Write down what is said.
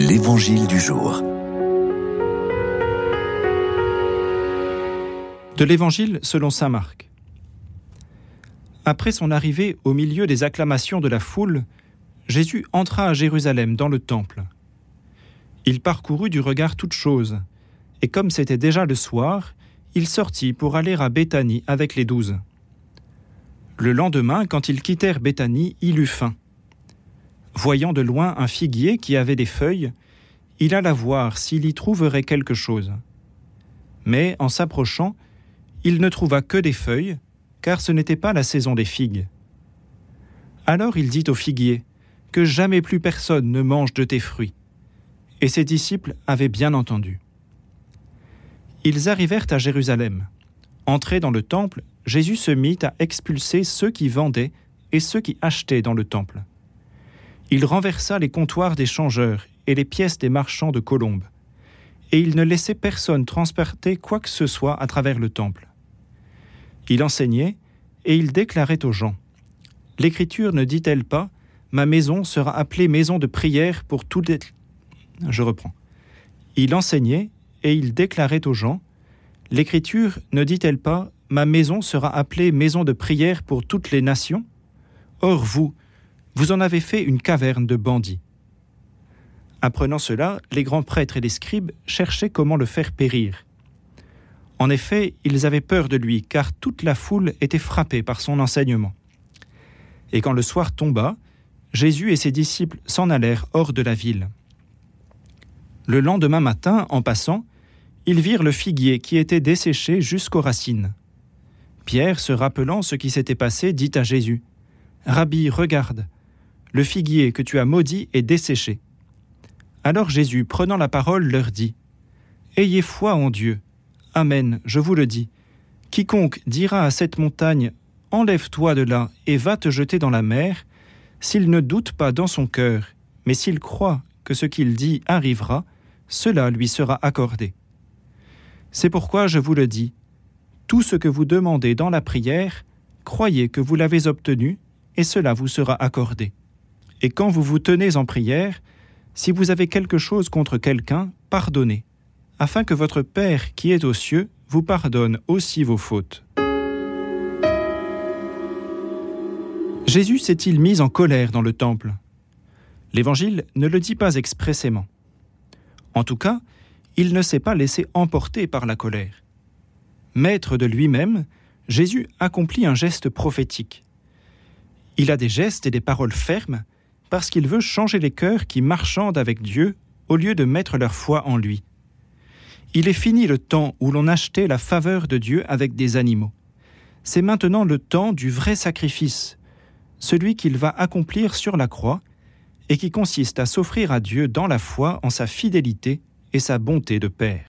L'Évangile du jour. De l'Évangile selon saint Marc. Après son arrivée au milieu des acclamations de la foule, Jésus entra à Jérusalem dans le temple. Il parcourut du regard toutes choses, et comme c'était déjà le soir, il sortit pour aller à Béthanie avec les 12. Le lendemain, quand ils quittèrent Béthanie, il eut faim. Voyant de loin un figuier qui avait des feuilles, il alla voir s'il y trouverait quelque chose. Mais en s'approchant, il ne trouva que des feuilles, car ce n'était pas la saison des figues. Alors il dit au figuier, « Que jamais plus personne ne mange de tes fruits. » Et ses disciples avaient bien entendu. Ils arrivèrent à Jérusalem. Entré dans le temple, Jésus se mit à expulser ceux qui vendaient et ceux qui achetaient dans le temple. Il renversa les comptoirs des changeurs et les pièces des marchands de colombes, et il ne laissait personne transporter quoi que ce soit à travers le temple. Il enseignait et il déclarait aux gens, « L'Écriture ne dit-elle pas, « Ma maison sera appelée maison de prière pour toutes les... » Je reprends. Il enseignait et il déclarait aux gens, « L'Écriture ne dit-elle pas, « Ma maison sera appelée maison de prière pour toutes les nations » Or vous en avez fait une caverne de bandits. » Apprenant cela, les grands prêtres et les scribes cherchaient comment le faire périr. En effet, ils avaient peur de lui, car toute la foule était frappée par son enseignement. Et quand le soir tomba, Jésus et ses disciples s'en allèrent hors de la ville. Le lendemain matin, en passant, ils virent le figuier qui était desséché jusqu'aux racines. Pierre, se rappelant ce qui s'était passé, dit à Jésus, « Rabbi, regarde, le figuier que tu as maudit est desséché. » Alors Jésus, prenant la parole, leur dit, « Ayez foi en Dieu. Amen, je vous le dis. Quiconque dira à cette montagne, « Enlève-toi de là et va te jeter dans la mer », s'il ne doute pas dans son cœur, mais s'il croit que ce qu'il dit arrivera, cela lui sera accordé. C'est pourquoi je vous le dis, tout ce que vous demandez dans la prière, croyez que vous l'avez obtenu, et cela vous sera accordé. Et quand vous vous tenez en prière, si vous avez quelque chose contre quelqu'un, pardonnez, afin que votre Père qui est aux cieux vous pardonne aussi vos fautes. Jésus s'est-il mis en colère dans le temple ? L'Évangile ne le dit pas expressément. En tout cas, il ne s'est pas laissé emporter par la colère. Maître de lui-même, Jésus accomplit un geste prophétique. Il a des gestes et des paroles fermes parce qu'il veut changer les cœurs qui marchandent avec Dieu au lieu de mettre leur foi en lui. Il est fini le temps où l'on achetait la faveur de Dieu avec des animaux. C'est maintenant le temps du vrai sacrifice, celui qu'il va accomplir sur la croix et qui consiste à s'offrir à Dieu dans la foi en sa fidélité et sa bonté de Père.